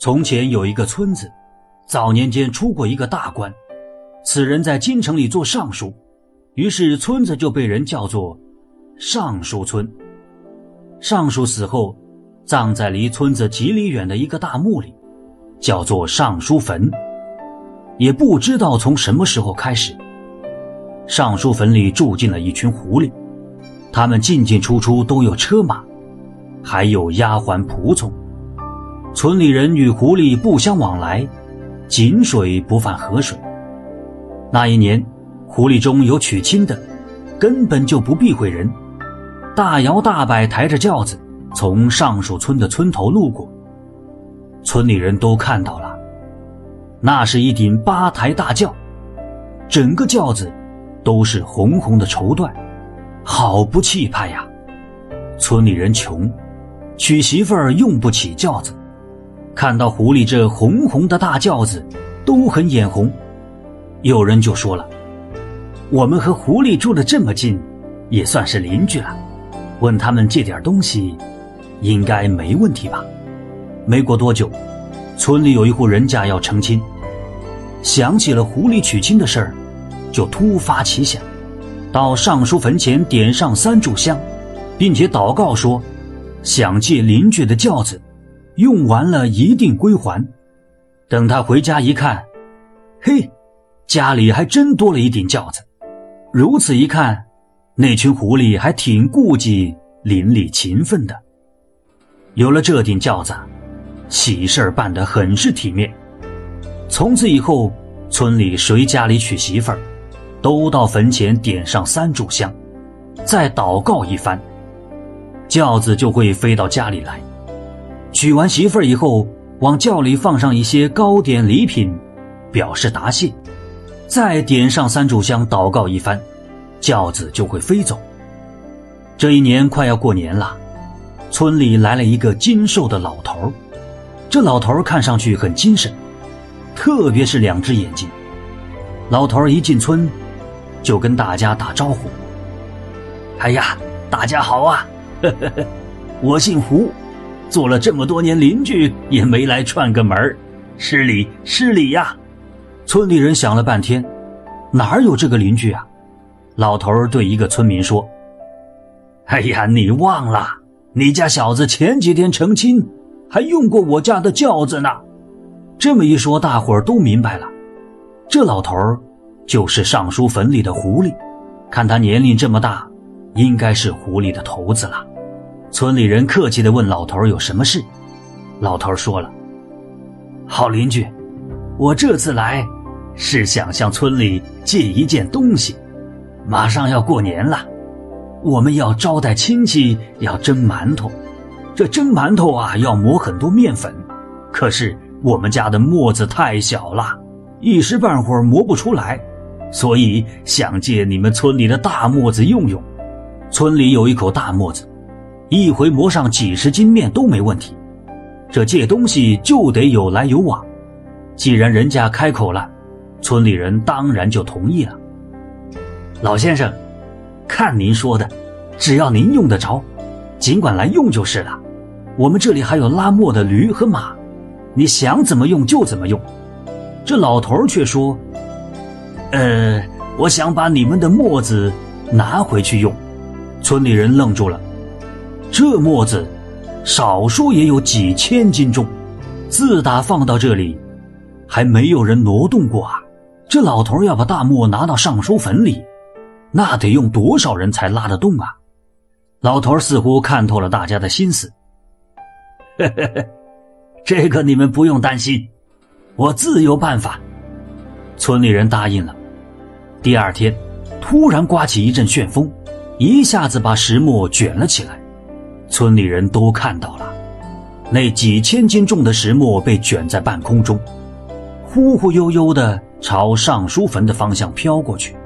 从前有一个村子，早年间出过一个大官，此人在京城里做尚书，于是村子就被人叫做尚书村。尚书死后，葬在离村子几里远的一个大墓里，叫做尚书坟。也不知道从什么时候开始，尚书坟里住进了一群狐狸，他们进进出出都有车马，还有丫鬟仆从。村里人与狐狸不相往来，井水不犯河水。那一年，狐狸中有娶亲的，根本就不避讳人，大摇大摆抬着轿子从尚书村的村头路过。村里人都看到了，那是一顶8抬大轿，整个轿子都是红红的绸缎，好不气派呀。村里人穷，娶媳妇儿用不起轿子，看到狐狸这红红的大轿子都很眼红。有人就说了，我们和狐狸住得这么近，也算是邻居了，问他们借点东西应该没问题吧。没过多久，村里有一户人家要成亲，想起了狐狸娶亲的事儿，就突发奇想，到尚书坟前点上3炷香，并且祷告说，想借邻居的轿子，用完了一定归还。等他回家一看，嘿，家里还真多了一顶轿子。如此一看，那群狐狸还挺顾忌邻里情分的。有了这顶轿子，喜事办得很是体面。从此以后，村里谁家里娶媳妇儿，都到坟前点上3炷香，再祷告一番，轿子就会飞到家里来。娶完媳妇儿以后，往轿里放上一些糕点礼品，表示答谢，再点上3炷香祷告一番，轿子就会飞走。这一年快要过年了，村里来了一个精瘦的老头。这老头看上去很精神，特别是2只眼睛。老头一进村就跟大家打招呼，哎呀，大家好啊，呵呵呵，我姓胡，做了这么多年邻居也没来串个门，失礼失礼呀。村里人想了半天，哪有这个邻居啊？老头对一个村民说，哎呀，你忘了，你家小子前几天成亲还用过我家的轿子呢。这么一说，大伙儿都明白了，这老头就是尚书坟里的狐狸，看他年龄这么大，应该是狐狸的头子了。村里人客气地问老头有什么事。老头说了，好邻居，我这次来是想向村里借一件东西，马上要过年了，我们要招待亲戚，要蒸馒头。这蒸馒头啊，要磨很多面粉，可是我们家的磨子太小了，一时半会儿磨不出来，所以想借你们村里的大磨子用用。村里有一口大磨子，一回磨上几十斤面都没问题。这借东西就得有来有往，既然人家开口了，村里人当然就同意了。老先生，看您说的，只要您用得着，尽管来用就是了。我们这里还有拉磨的驴和马，你想怎么用就怎么用。这老头却说，我想把你们的磨子拿回去用。村里人愣住了，这磨子少说也有几千斤重，自打放到这里还没有人挪动过啊。这老头要把大磨拿到尚书坟里，那得用多少人才拉得动啊。老头似乎看透了大家的心思，呵呵呵，这个你们不用担心，我自有办法。村里人答应了。第二天突然刮起一阵旋风，一下子把石磨卷了起来。村里人都看到了，那几千斤重的石磨被卷在半空中，忽忽悠悠地朝尚书坟的方向飘过去。